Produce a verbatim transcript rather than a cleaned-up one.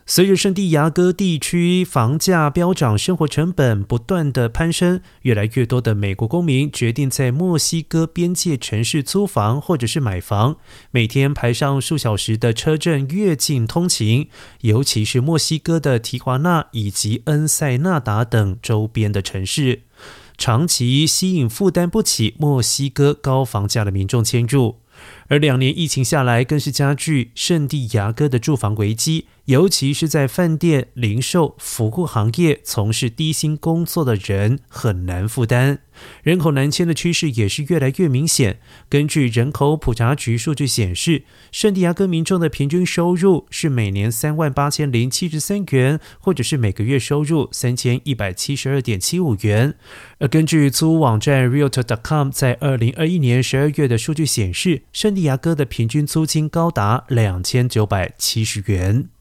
随着圣地亚哥地区房价飙涨，生活成本不断的攀升，越来越多的美国公民决定在墨西哥边界城市租房或者是买房，每天排上数小时的车阵越境通勤，尤其是墨西哥的提华纳以及恩塞纳达等周边的城市，长期吸引负担不起墨西哥高房价的民众迁入。而两年疫情下来，更是加剧圣地亚哥的住房危机，尤其是在饭店、零售、服务行业从事低薪工作的人很难负担。人口南迁的趋势也是越来越明显。根据人口普查局数据显示，圣地亚哥民众的平均收入是每年三万八千零七十三元，或者是每个月收入三千一百七十二点七五元。而根据租屋网站 realtor 点 com 在二零二一年十二月的数据显示，圣地亚哥的平均租金高达两千九百七十元。